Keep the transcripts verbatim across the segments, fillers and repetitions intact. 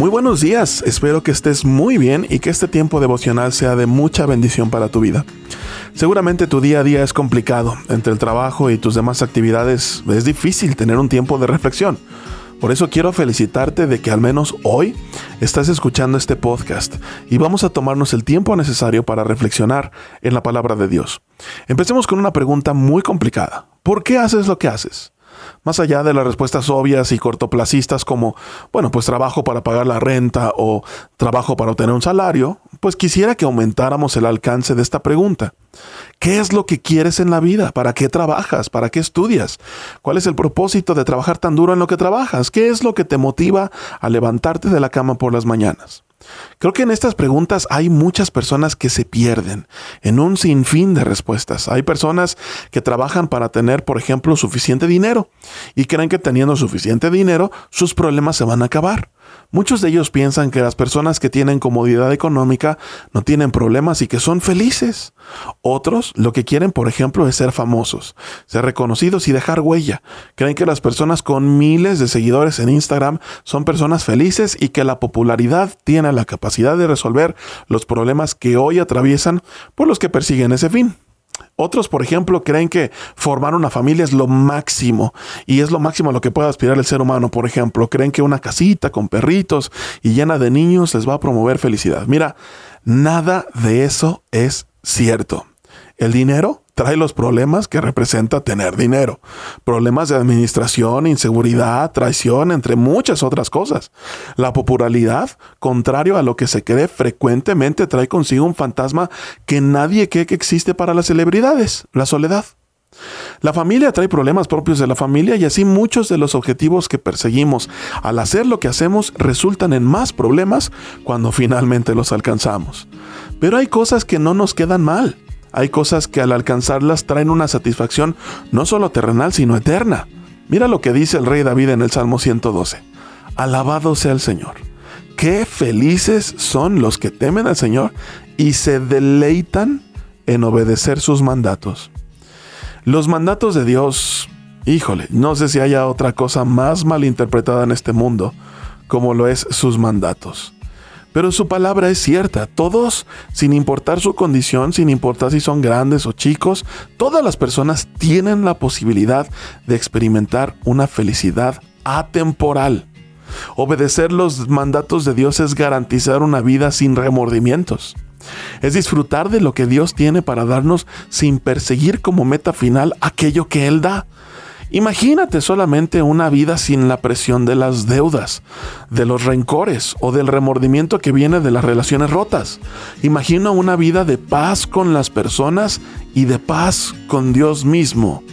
Muy buenos días, espero que estés muy bien y que este tiempo devocional sea de mucha bendición para tu vida. Seguramente tu día a día es complicado, entre el trabajo y tus demás actividades es difícil tener un tiempo de reflexión. Por eso quiero felicitarte de que al menos hoy estás escuchando este podcast y vamos a tomarnos el tiempo necesario para reflexionar en la palabra de Dios. Empecemos con una pregunta muy complicada. ¿Por qué haces lo que haces? Más allá de las respuestas obvias y cortoplacistas como, bueno, pues trabajo para pagar la renta o trabajo para obtener un salario, pues quisiera que aumentáramos el alcance de esta pregunta. ¿Qué es lo que quieres en la vida? ¿Para qué trabajas? ¿Para qué estudias? ¿Cuál es el propósito de trabajar tan duro en lo que trabajas? ¿Qué es lo que te motiva a levantarte de la cama por las mañanas? Creo que en estas preguntas hay muchas personas que se pierden en un sinfín de respuestas. Hay personas que trabajan para tener, por ejemplo, suficiente dinero y creen que teniendo suficiente dinero, sus problemas se van a acabar. Muchos de ellos piensan que las personas que tienen comodidad económica no tienen problemas y que son felices. Otros lo que quieren, por ejemplo, es ser famosos, ser reconocidos y dejar huella. Creen que las personas con miles de seguidores en Instagram son personas felices y que la popularidad tiene la capacidad de resolver los problemas que hoy atraviesan por los que persiguen ese fin. Otros, por ejemplo, creen que formar una familia es lo máximo y es lo máximo a lo que puede aspirar el ser humano. Por ejemplo, creen que una casita con perritos y llena de niños les va a promover felicidad. Mira, nada de eso es cierto. El dinero trae los problemas que representa tener dinero. Problemas de administración, inseguridad, traición, entre muchas otras cosas. La popularidad, contrario a lo que se cree, frecuentemente trae consigo un fantasma que nadie cree que existe para las celebridades: la soledad. La familia trae problemas propios de la familia y así muchos de los objetivos que perseguimos al hacer lo que hacemos resultan en más problemas cuando finalmente los alcanzamos. Pero hay cosas que no nos quedan mal. Hay cosas que al alcanzarlas traen una satisfacción no solo terrenal, sino eterna. Mira lo que dice el rey David en el Salmo ciento doce. Alabado sea el Señor. Qué felices son los que temen al Señor y se deleitan en obedecer sus mandatos. Los mandatos de Dios, híjole, no sé si haya otra cosa más malinterpretada en este mundo como lo es sus mandatos. Pero su palabra es cierta. Todos, sin importar su condición, sin importar si son grandes o chicos, todas las personas tienen la posibilidad de experimentar una felicidad atemporal. Obedecer los mandatos de Dios es garantizar una vida sin remordimientos. Es disfrutar de lo que Dios tiene para darnos sin perseguir como meta final aquello que Él da. Imagínate solamente una vida sin la presión de las deudas, de los rencores o del remordimiento que viene de las relaciones rotas. Imagina una vida de paz con las personas y de paz con Dios mismo.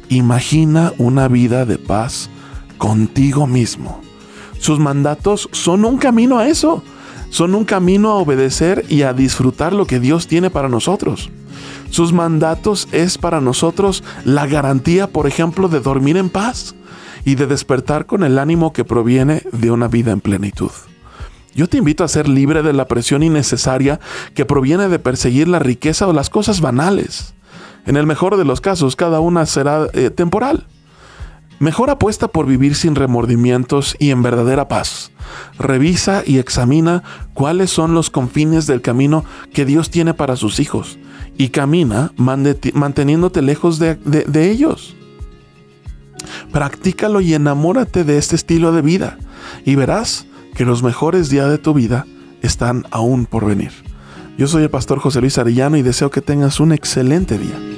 Imagina una vida de paz contigo mismo. Sus mandatos son un camino a eso. Son un camino a obedecer y a disfrutar lo que Dios tiene para nosotros. Sus mandatos es para nosotros la garantía, por ejemplo, de dormir en paz y de despertar con el ánimo que proviene de una vida en plenitud. Yo te invito a ser libre de la presión innecesaria que proviene de perseguir la riqueza o las cosas banales. En el mejor de los casos, cada una será eh, temporal. Mejor apuesta por vivir sin remordimientos y en verdadera paz. Revisa y examina cuáles son los confines del camino que Dios tiene para sus hijos y camina manteniéndote lejos de, de, de ellos. Practícalo y enamórate de este estilo de vida y verás que los mejores días de tu vida están aún por venir. Yo soy el pastor José Luis Arellano y deseo que tengas un excelente día.